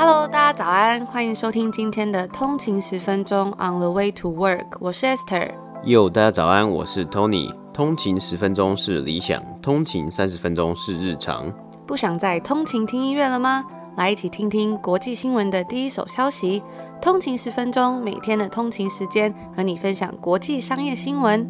Hello， 大家早安，欢迎收听今天的通勤10分钟 On the way to work， 我是 Esther。 大家早安，我是 Tony。通勤10分钟是理想，通勤30分钟是日常。 不想再通勤听音乐了吗？来一起听听国际新闻的第一手消息。通勤10分钟，每天的通勤时间和你分享国际商业新闻。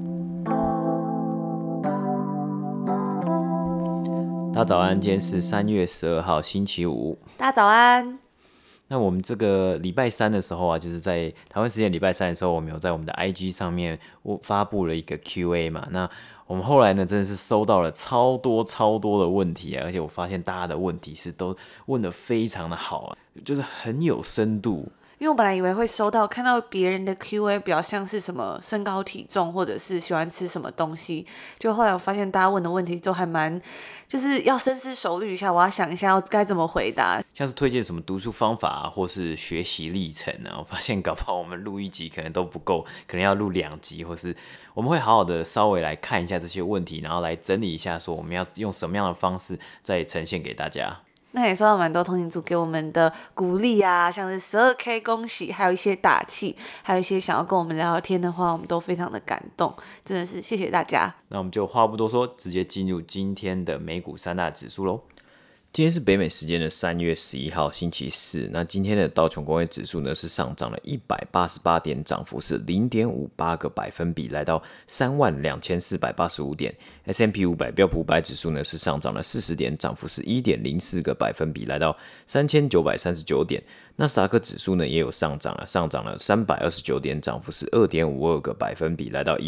大家早安，今天是3月12号星期五。 大家早安。 那我们这个礼拜三的时候啊，就是在台湾时间礼拜三的时候，我们有在我们的 IG 上面发布了一个 QA 嘛。那我们后来呢，真的是收到了超多的问题啊，而且我发现大家的问题是都问得非常的好啊，就是很有深度。 因为我本来以为会看到别人的 QA 比较像是什么身高体重或者是喜欢吃什么东西，就后来我发现大家问的问题都还蛮就是要深思熟虑一下，我要想一下该怎么回答， 像是推荐什么读书方法啊，或是学习历程啊，我发现搞不好我们录一集可能都不够，可能要录2集，或是我们会好好的稍微来看一下这些问题，然后来整理一下说我们要用什么样的方式再呈现给大家。 那也收到蛮多通勤组给我们的鼓励啊，像是12K 恭喜，还有一些打气，还有一些想要跟我们聊聊天的话，我们都非常的感动，真的是谢谢大家。 那我们就话不多说，直接进入今天的美股3大指数咯。今天是北美时间的3月11号星期四，那今天的道琼工业指数呢是上涨了188点，涨幅是 0.58 个百分比，来到32485点。S&P 500标普500指数呢是上涨了40点，涨幅是 1.04 个百分比，来到3939点。纳斯达克指数呢也有上涨了329点，涨幅是 2.52 个百分比，来到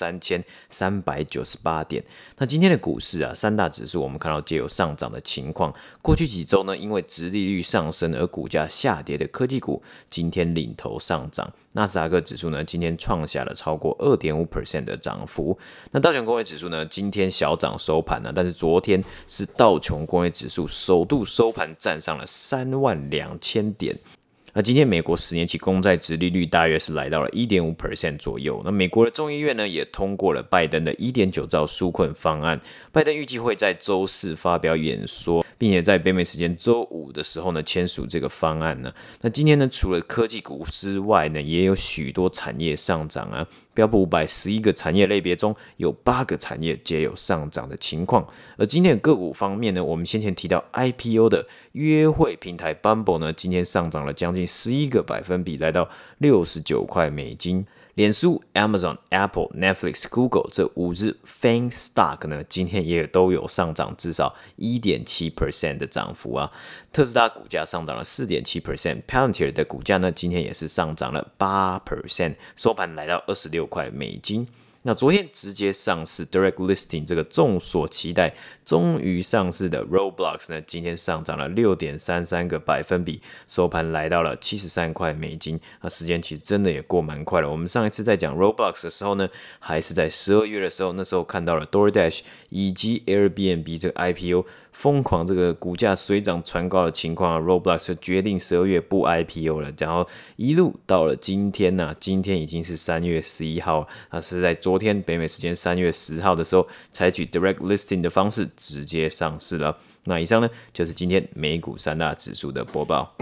13398点。那今天的股市啊，3大指数我们看到皆有上涨的情况。过去几周呢，因为殖利率上升而股价下跌的科技股，今天领头上涨。纳斯达克指数呢，今天创下了超过 2.5% 的涨幅。那道琼工业指数呢，今天小涨收盘了，但是昨天是道琼工业指数首度收盘站上了32000点。那今天美国10年期公债殖利率大约是来到了 1.5% 左右。那美国的众议院呢也通过了拜登的 1.9 兆纾困方案。拜登预计会在周四发表演说，并且在北美时间周五的时候呢签署这个方案呢。那今天呢除了科技股之外呢，也有许多产业上涨啊。标普500 11个产业类别中有8个产业皆有上涨的情况。而今天的个股方面呢，我们先前提到 IPO 的约会平台 Bumble 呢，今天上涨了将近11个百分比，来到69块美金。脸书、Amazon、Apple、Netflix、Google 这5只 FANG stock 呢，今天也都有上涨至少 1.7% 的涨幅啊。特斯拉股价上涨了 4.7%， Palantir 的股价呢，今天也是上涨了 8%， 收盘来到26块美金。那昨天直接上市 Direct Listing 这个众所期待终于上市的 Roblox 呢，今天上涨了 6.33 个百分比，收盘来到了73块美金。那时间其实真的也过蛮快了。我们上一次在讲 Roblox 的时候呢，还是在12月的时候，那时候看到了 DoorDash 以及 Airbnb 这个 IPO 疯狂这个股价水涨船高的情况啊 ，Roblox 就决定12月不 IPO 了，然后一路到了今天啊，今天已经是3月11号，那是在昨天北美时间3月10号的时候，采取 Direct Listing 的方式直接上市了。那以上呢，就是今天美股3大指数的播报。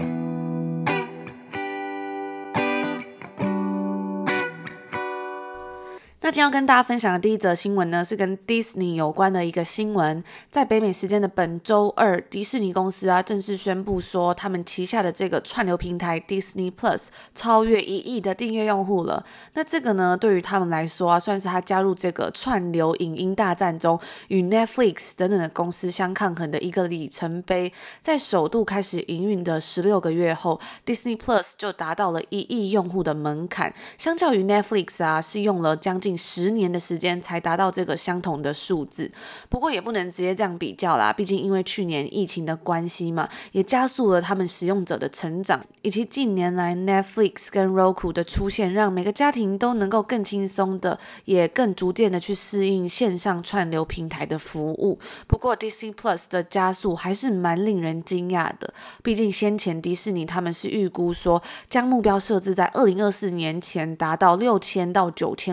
那今天要跟大家分享的第一则新闻呢，是跟 Disney 有关的一个新闻。在北美时间的本周二，迪士尼公司正式宣布说，他们旗下的这个串流平台 Disney Plus 超越1亿的订阅用户了。那这个呢，对于他们来说算是他加入这个串流影音大战中，与 Netflix 等等的公司相抗衡的一个里程碑。在首度开始营运的16个月后， Disney Plus 就达到了1亿用户的门槛，相较于 Netflix 是用了将近10年的时间才达到这个相同的数字。不过也不能直接这样比较啦，毕竟因为去年疫情的关系嘛，也加速了他们使用者的成长，以及近年来 Netflix 跟 Roku 的出现，让每个家庭都能够更轻松的，也更逐渐的去适应线上串流平台的服务。不过 Disney Plus 的加速还是蛮令人惊讶的，毕竟先前迪士尼他们是预估说，将目标设置在2024年前达到6000到9000万之间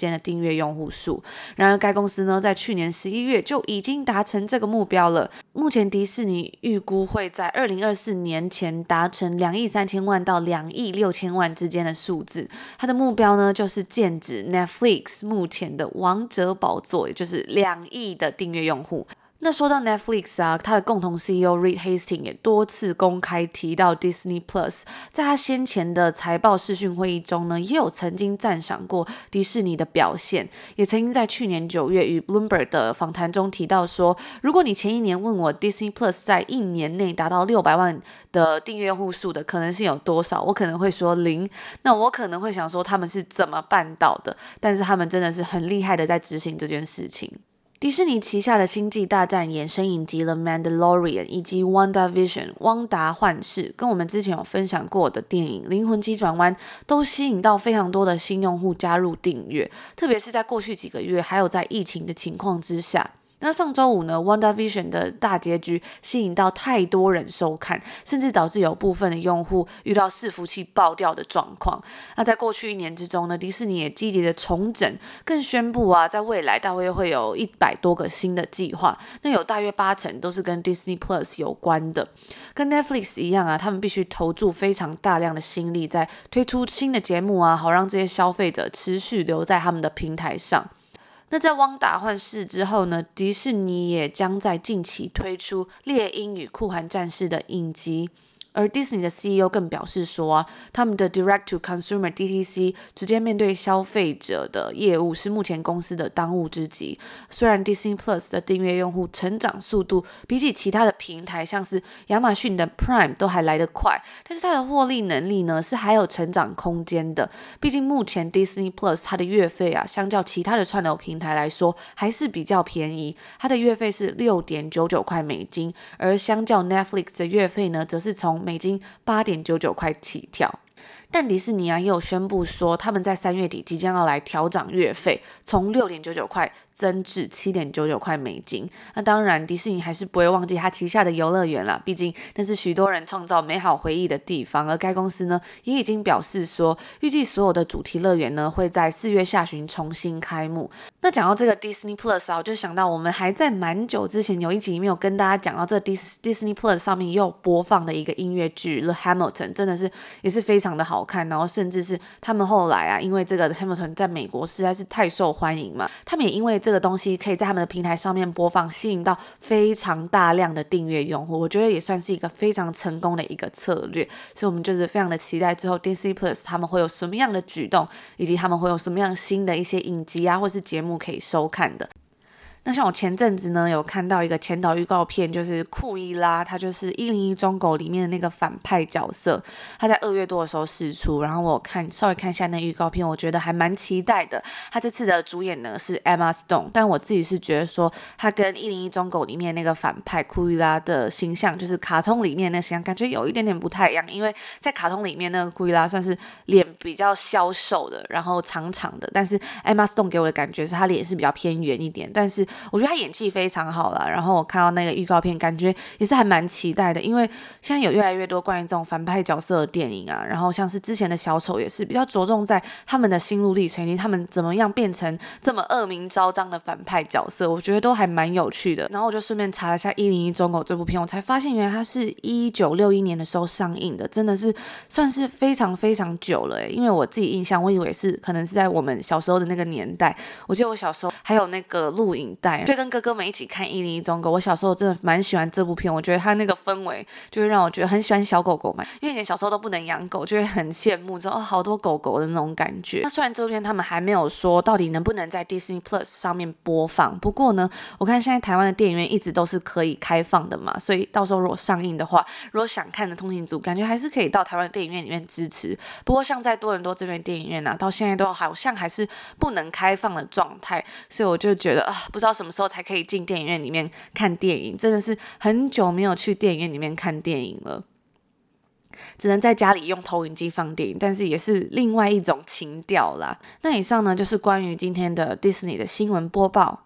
间的订阅用户数。然而该公司呢在去年11月就已经达成这个目标了。目前迪士尼预估会在2024年前达成2亿3千万到2亿6千万之间的数字。它的目标呢就是剑指 Netflix 目前的王者宝座，也就是2亿的订阅用户。那说到 Netflix 啊，它的共同 CEO Reed Hastings 也多次公开提到 Disney Plus， 在他先前的财报视讯会议中呢，也有曾经赞赏过迪士尼的表现，也曾经在去年9月与 Bloomberg 的访谈中提到说，如果你前一年问我 Disney Plus 在1年内达到600万的订阅用户数的可能性有多少，我可能会说0，那我可能会想说他们是怎么办到的，但是他们真的是很厉害的在执行这件事情。迪士尼旗下的星际大战衍生影集了 Mandalorian 以及 WandaVision 汪达幻视，跟我们之前有分享过的电影灵魂急转弯都吸引到非常多的新用户加入订阅，特别是在过去几个月还有在疫情的情况之下。那上周五呢 WandaVision 的大结局吸引到太多人收看，甚至导致有部分的用户遇到伺服器爆掉的状况。那在过去1年之中呢，迪士尼也积极的重整，更宣布啊，在未来大约会有100多个新的计划，那有大约80%都是跟 Disney Plus 有关的。跟 Netflix 一样啊，他们必须投注非常大量的心力在推出新的节目啊，好让这些消费者持续留在他们的平台上。那在汪达幻视之后呢，迪士尼也将在近期推出猎鹰与酷寒战士的影集。而 Disney 的 CEO 更表示说啊，他们的 Direct to Consumer DTC 直接面对消费者的业务是目前公司的当务之急。虽然 Disney Plus 的订阅用户成长速度比起其他的平台像是亚马逊的 Prime 都还来得快，但是它的获利能力呢是还有成长空间的。毕竟目前 Disney Plus 它的月费啊，相较其他的串流平台来说还是比较便宜，它的月费是$6.99块，而相较 Netflix 的月费呢，则是从美金$8.99块起跳。但迪士尼啊也有宣布说，他们在3月底即将要来调涨月费，从$6.99块增至$7.99块。那当然迪士尼还是不会忘记他旗下的游乐园啦，毕竟那是许多人创造美好回忆的地方。而该公司呢也已经表示说，预计所有的主题乐园呢会在4月下旬重新开幕。那讲到这个 Disney Plus 啊，我就想到我们还在蛮久之前有一集没有跟大家讲到这 Disney Plus 上面也有播放的一个音乐剧 The Hamilton， 真的是也是非常的好看，然后甚至是他们后来啊，因为这个 Hamilton 在美国实在是太受欢迎嘛，他们也因为这个东西可以在他们的平台上面播放，吸引到非常大量的订阅用户，我觉得也算是一个非常成功的一个策略。所以我们就是非常的期待之后 Disney Plus 他们会有什么样的举动，以及他们会有什么样新的一些影集啊或是节目可以收看的。那像我前阵子呢有看到一个前导预告片，就是库伊拉，他就是101忠狗里面的那个反派角色，他在2月多的时候释出，然后我稍微看一下那预告片，我觉得还蛮期待的。他这次的主演呢是 Emma Stone， 但我自己是觉得说他跟101忠狗里面那个反派库伊拉的形象，就是卡通里面那个形象感觉有一点点不太一样，因为在卡通里面那个库伊拉算是脸比较消瘦的，然后长长的，但是 Emma Stone 给我的感觉是他脸是比较偏圆一点，但是我觉得他演技非常好啦，然后我看到那个预告片感觉也是还蛮期待的，因为现在有越来越多关于这种反派角色的电影啊，然后像是之前的小丑也是比较着重在他们的心路历程以及他们怎么样变成这么恶名昭彰的反派角色，我觉得都还蛮有趣的。然后我就顺便查了一下101忠狗这部片，我才发现原来它是1961年的时候上映的，真的是算是非常非常久了耶。因为我自己印象我以为是可能是在我们小时候的那个年代，我记得我小时候还有那个录影带，就跟哥哥们一起看101忠狗。我小时候真的蛮喜欢这部片，我觉得它那个氛围就会让我觉得很喜欢小狗狗嘛，因为以前小时候都不能养狗，就会很羡慕说好多狗狗的那种感觉。那虽然这部片他们还没有说到底能不能在 Disney Plus 上面播放，不过呢我看现在台湾的电影院一直都是可以开放的嘛，所以到时候如果上映的话，如果想看的通勤族感觉还是可以到台湾的电影院里面支持。不过像在多伦多这边电影院啊，到现在都好像还是不能开放的状态，所以我就觉得不知道什么时候才可以进电影院里面看电影，真的是很久没有去电影院里面看电影了，只能在家里用投影机放电影，但是也是另外一种情调啦。那以上呢就是关于今天的 Disney 的新闻播报。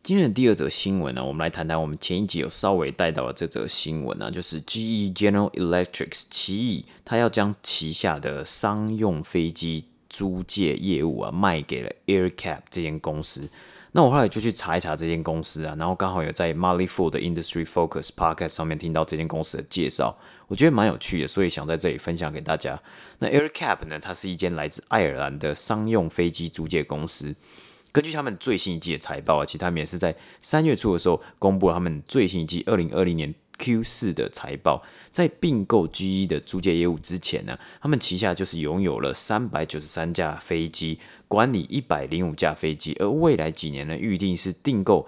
今天的第二则新闻呢，我们来谈谈我们前一集有稍微带到的这则新闻啊，就是 GE General Electric 奇异，它要将旗下的商用飞机租借业务啊卖给了 AerCap 这间公司。那我后来就去查一查这间公司啊，然后刚好有在 Motley Fool 的 Industry Focus Podcast 上面听到这间公司的介绍，我觉得蛮有趣的，所以想在这里分享给大家。那 AerCap 呢，它是一间来自爱尔兰的商用飞机租借公司。根据他们最新一季的财报啊，其实他们也是在3月初的时候公布了他们最新一季2020年Q4 的财报。在并购 GE 的租借业务之前呢，他们旗下就是拥有了393架飞机，管理105架飞机，而未来几年呢，预定是订购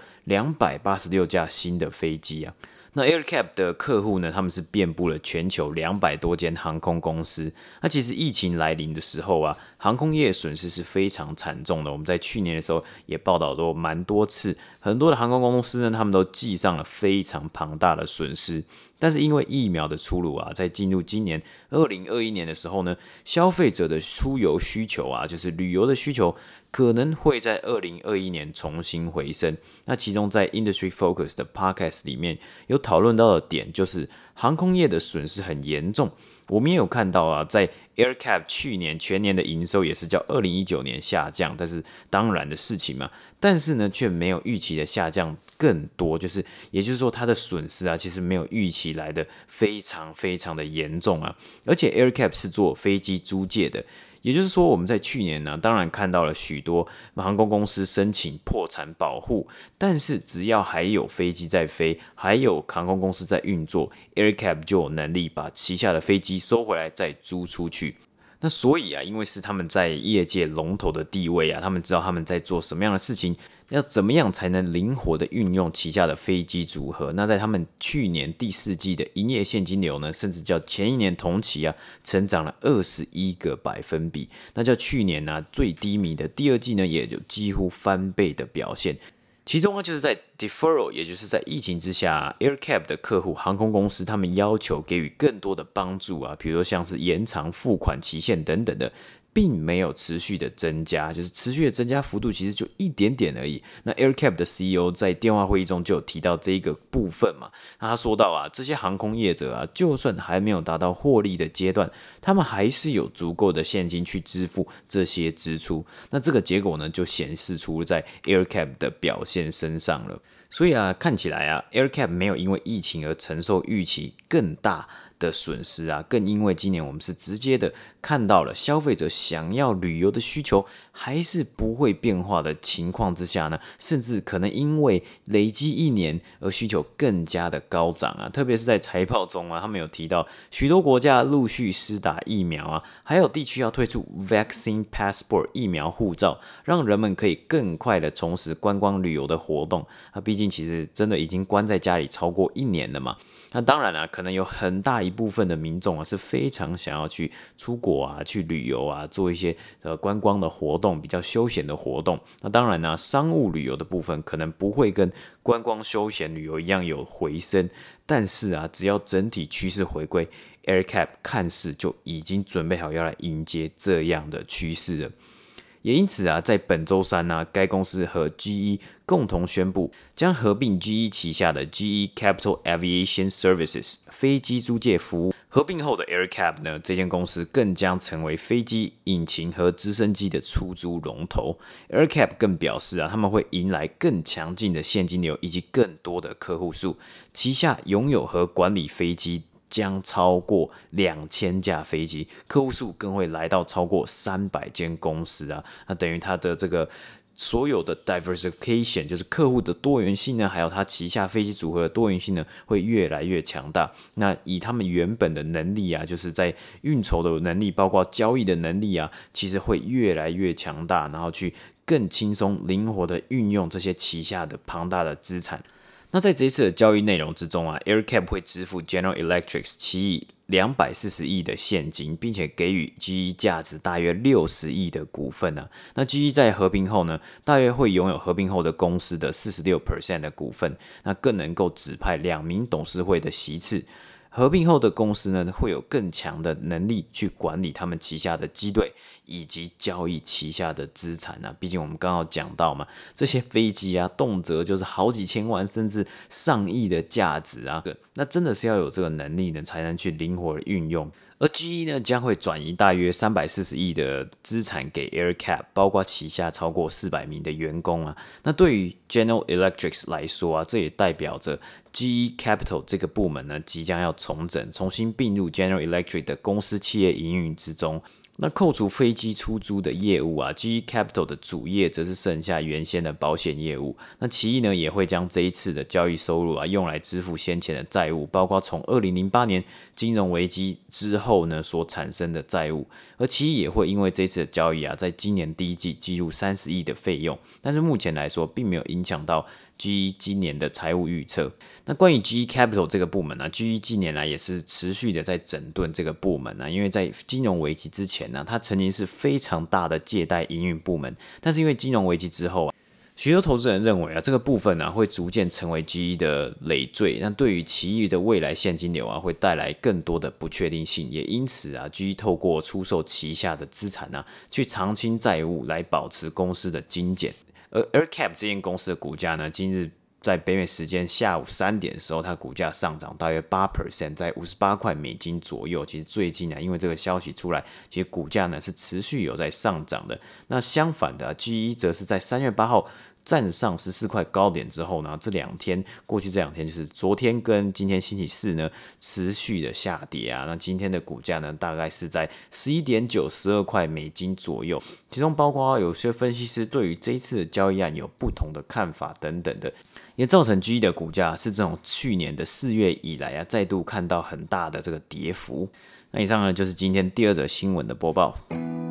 286架新的飞机啊。那 AerCap 的客户呢，他们是遍布了全球200多间航空公司。那其实疫情来临的时候啊，航空业损失是非常惨重的。我们在去年的时候也报道过蛮多次，很多的航空公司呢，他们都记上了非常庞大的损失。但是因为疫苗的出炉啊，在进入今年2021年的时候呢，消费者的出游需求啊，就是旅游的需求，可能会在2021年重新回升。那其中在 Industry Focus 的 Podcast 里面有讨论到的点，就是航空业的损失很严重。我们也有看到啊，在 AerCap 去年全年的营收也是较2019年下降，但是当然的事情嘛，但是呢却没有预期的下降更多，也就是说它的损失啊，其实没有预期来的非常非常的严重啊，而且 AerCap 是做飞机租借的。也就是说，我们在去年呢，当然看到了许多航空公司申请破产保护，但是只要还有飞机在飞，还有航空公司在运作 ，AerCap 就有能力把旗下的飞机收回来再租出去。那所以啊，因为是他们在业界龙头的地位啊，他们知道他们在做什么样的事情，要怎么样才能灵活的运用旗下的飞机组合。那在他们去年第4季的营业现金流呢，甚至较前一年同期啊，成长了21%，那较去年啊最低迷的第2季呢，也就几乎翻倍的表现。其中呢，就是在 deferral， 也就是在疫情之下 ，AerCap 的客户航空公司，他们要求给予更多的帮助啊，比如说像是延长付款期限等等的，并没有持续的增加，就是持续的增加幅度其实就一点点而已。那 AerCap 的 CEO 在电话会议中就有提到这一个部分嘛，那他说到啊，这些航空业者啊，就算还没有达到获利的阶段，他们还是有足够的现金去支付这些支出。那这个结果呢，就显示出在 AerCap 的表现身上了。所以啊，看起来啊 ，AerCap 没有因为疫情而承受预期更大的损失啊，更因为今年我们是直接的看到了消费者想要旅游的需求还是不会变化的情况之下呢，甚至可能因为累积1年而需求更加的高涨啊，特别是在财报中啊，他们有提到许多国家陆续施打疫苗啊，还有地区要推出 Vaccine Passport 疫苗护照，让人们可以更快的重拾观光旅游的活动。毕竟其实真的已经关在家里超过1年了嘛。那当然啊，可能有很大一部分的民众啊是非常想要去出国啊、去旅游啊，做一些观光的活动，比较休闲的活动。那当然呢，商务旅游的部分可能不会跟观光休闲旅游一样有回升，但是啊，只要整体趋势回归 ，AerCap 看似就已经准备好要来迎接这样的趋势了。也因此啊，在本周三呢，该公司和 GE 共同宣布，将合并 GE 旗下的 GE Capital Aviation Services 飞机租借服务。合并后的 AerCap 呢，这间公司更将成为飞机引擎和直升机的出租龙头。AerCap 更表示啊，他们会迎来更强劲的现金流以及更多的客户数，旗下拥有和管理飞机将超过2000架飞机，客户数更会来到超过300间公司啊，那等于它的这个所有的 diversification， 就是客户的多元性呢，还有它旗下飞机组合的多元性呢，会越来越强大。那以他们原本的能力啊，就是在运筹的能力，包括交易的能力啊，其实会越来越强大，然后去更轻松灵活的运用这些旗下的庞大的资产。那在这一次的交易内容之中啊 ，AerCap 会支付 General Electric 奇异240亿的现金，并且给予 GE 价值大约60亿的股份啊。那 GE 在合并后呢，大约会拥有合并后的公司的46% 的股份，那更能够指派2名董事会的席次。 合并后的公司呢，会有更强的能力去管理他们旗下的机队以及交易旗下的资产啊。毕竟我们刚刚讲到嘛，这些飞机啊，动辄就是好几千万甚至上亿的价值啊，那真的是要有这个能力呢，才能去灵活的运用。而 GE 呢，将会转移大约340亿的资产给 AerCap， 包括旗下超过400名的员工啊。那对于 General Electric 来说啊，这也代表着 GE Capital 这个部门呢，即将要重整，重新并入 General Electric 的公司企业营运之中。那扣除飞机出租的业务啊 ，GE Capital 的主业则是剩下原先的保险业务。那奇异呢，也会将这一次的交易收入啊，用来支付先前的债务，包括从2008年金融危机之后呢所产生的债务。而奇异也会因为这次的交易啊，在今年第一季计入30亿的费用，但是目前来说，并没有影响到GE 今年的财务预测。那关于 GE Capital 这个部门啊 ，GE 近年来也是持续的在整顿这个部门啊，因为在金融危机之前呢，它曾经是非常大的借贷营运部门，但是因为金融危机之后啊，许多投资人认为啊，这个部分啊会逐渐成为 GE 的累赘，那对于奇异的未来现金流啊会带来更多的不确定性，也因此啊 ，GE 透过出售旗下的资产啊，去偿清债务来保持公司的精简。而 AerCap 这间公司的股价呢，今日在北美时间下午3点的时候，它股价上涨大约 8%， 在58块美金左右。其实最近啊，因为这个消息出来，其实股价呢是持续有在上涨的。那相反的GE 则是在3月8号站上14块高点之后呢，过去这两天就是昨天跟今天星期四呢，持续的下跌啊。那今天的股价呢，大概是在11.9、12块美金左右。其中包括有些分析师对于这一次的交易案有不同的看法等等的，也造成 GE 的股价是这种去年的4月以来啊，再度看到很大的这个跌幅。那以上呢，就是今天第二则新闻的播报。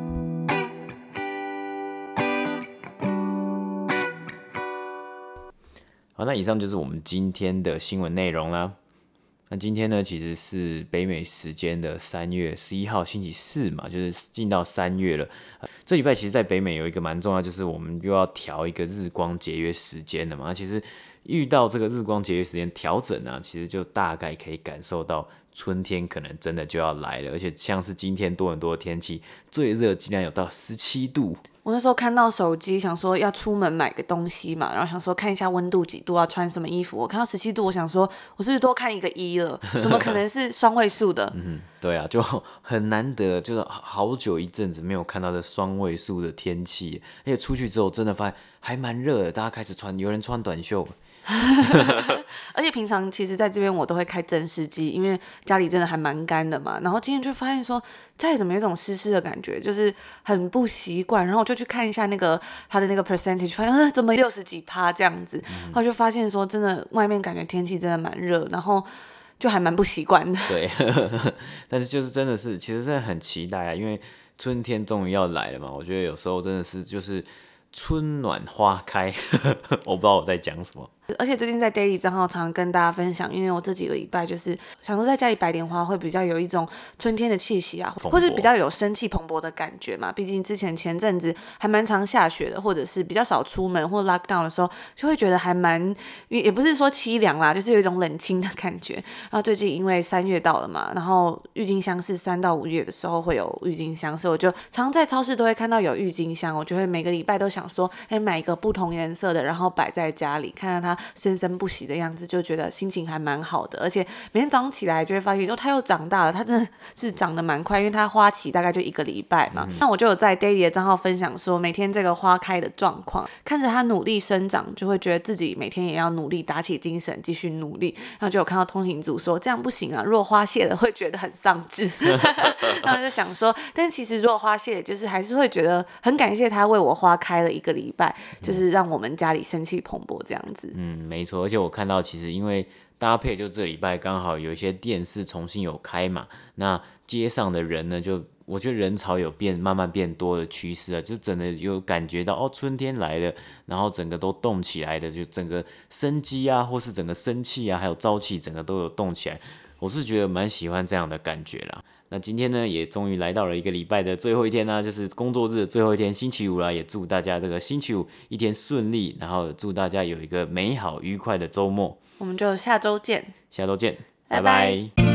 好，那以上就是我们今天的新闻内容啦。那今天呢，其实是北美时间的3月11号星期四嘛，就是进到3月了。这礼拜其实在北美有一个蛮重要，就是我们又要调一个日光节约时间了嘛。其实遇到这个日光节约时间调整啊，其实就大概可以感受到春天可能真的就要来了。而且像是今天多伦多的天气，最热竟然有到17度。 我那时候看到手机，想说要出门买个东西嘛，然后想说看一下温度几度，要穿什么衣服。我看到17度，我想说我是不是多看一个1了？怎么可能是双位数的？ 对啊，就很难得，就是好久一阵子没有看到这双位数的天气，而且出去之后真的发现还蛮热的，大家开始有人穿短袖。 而且平常其实在这边我都会开蒸湿机，因为家里真的还蛮干的嘛。然后今天就发现说家里怎么有一种湿湿的感觉，就是很不习惯。然后我就去看一下它的那个 percentage， 发现怎么60几%这样子。然后就发现说真的外面感觉天气真的蛮热，然后就还蛮不习惯的。 对，但是就是真的是，其实真的很期待啊，因为春天终于要来了嘛。我觉得有时候真的是就是春暖花开，我不知道我在讲什么。 而且最近在 Daily 账号常常跟大家分享，因为我这几个礼拜就是想说在家里摆莲花会比较有一种春天的气息啊，或是比较有生气蓬勃的感觉嘛。毕竟前阵子还蛮常下雪的，或者是比较少出门或 lockdown 的时候，就会觉得还蛮，也不是说凄凉啦，就是有一种冷清的感觉。然后最近因为3月到了嘛，然后郁金香是3到5月的时候会有郁金香，所以我就常在超市都会看到有郁金香，我就会每个礼拜都想说，买一个不同颜色的，然后摆在家里，看看它生生不息的样子，就觉得心情还蛮好的。而且每天早上起来就会发现，它又长大了，它真的是长得蛮快，因为它花期大概就1个礼拜嘛。那我就有在 Daily 的账号分享说，每天这个花开的状况，看着它努力生长，就会觉得自己每天也要努力打起精神，继续努力。然后就有看到通勤组说，这样不行啊，如果花谢了会觉得很丧志。然后就想说，但其实如果花谢了，就是还是会觉得很感谢它为我花开了1个礼拜，就是让我们家里生气蓬勃这样子。 没错，而且我看到其实因为搭配就这礼拜刚好有一些店是重新有开嘛，那街上的人呢，就我觉得人潮有慢慢变多的趋势啊，就真的有感觉到春天来了，然后整个都动起来的，就整个生机啊，或是整个生气啊，还有朝气，整个都有动起来。我是觉得蛮喜欢这样的感觉啦。那今天呢，也终于来到了1个礼拜的最后一天啦，就是工作日的最后一天，星期五啦。也祝大家这个星期五一天顺利，然后祝大家有一个美好愉快的周末。 我们就下周见， 拜拜。